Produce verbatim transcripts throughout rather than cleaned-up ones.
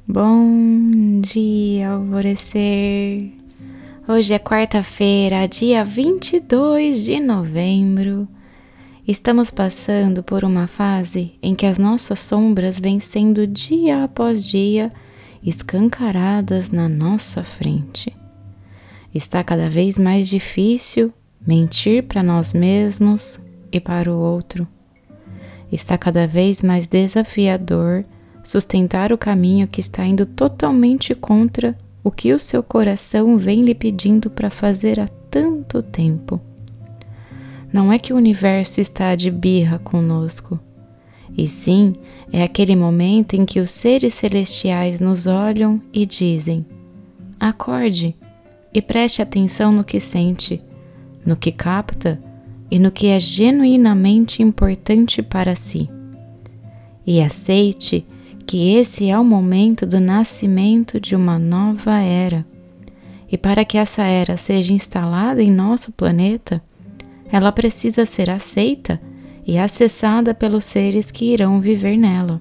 Bom dia, alvorecer! Hoje é quarta-feira, dia vinte e dois de novembro. Estamos passando por uma fase em que as nossas sombras vêm sendo dia após dia escancaradas na nossa frente. Está cada vez mais difícil mentir para nós mesmos e para o outro. Está cada vez mais desafiador sustentar o caminho que está indo totalmente contra o que o seu coração vem lhe pedindo para fazer há tanto tempo. Não é que o universo está de birra conosco, e sim é aquele momento em que os seres celestiais nos olham e dizem: acorde e preste atenção no que sente, no que capta e no que é genuinamente importante para si. E aceite que esse é o momento do nascimento de uma nova era. E para que essa era seja instalada em nosso planeta, ela precisa ser aceita e acessada pelos seres que irão viver nela.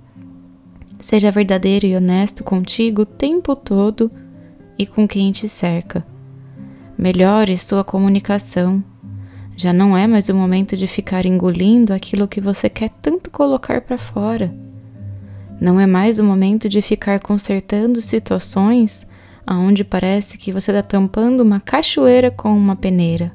Seja verdadeiro e honesto contigo o tempo todo e com quem te cerca. Melhore sua comunicação. Já não é mais o momento de ficar engolindo aquilo que você quer tanto colocar para fora. Não é mais o momento de ficar consertando situações aonde parece que você está tampando uma cachoeira com uma peneira.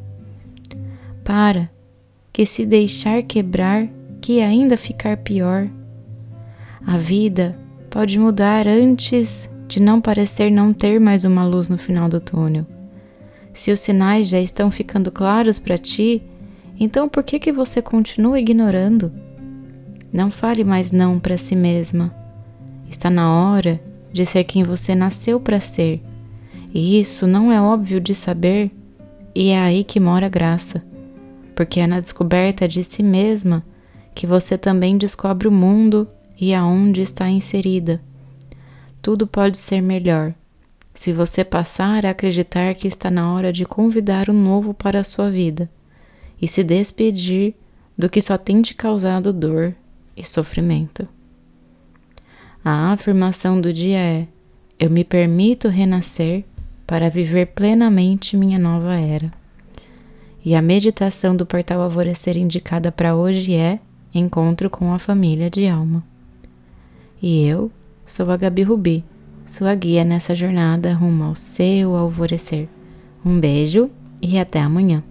Para, que se deixar quebrar, que ainda ficar pior. A vida pode mudar antes de não parecer não ter mais uma luz no final do túnel. Se os sinais já estão ficando claros para ti, então por que que você continua ignorando? Não fale mais não para si mesma. Está na hora de ser quem você nasceu para ser. E isso não é óbvio de saber, e é aí que mora a graça. Porque é na descoberta de si mesma que você também descobre o mundo e aonde está inserida. Tudo pode ser melhor, se você passar a acreditar que está na hora de convidar o novo para a sua vida e se despedir do que só tem te causado dor e sofrimento. A afirmação do dia é: eu me permito renascer para viver plenamente minha nova era. E a meditação do portal Alvorecer indicada para hoje é Encontro com a Família de Alma. E eu sou a Gabi Rubi, sua guia nessa jornada rumo ao seu alvorecer. Um beijo e até amanhã.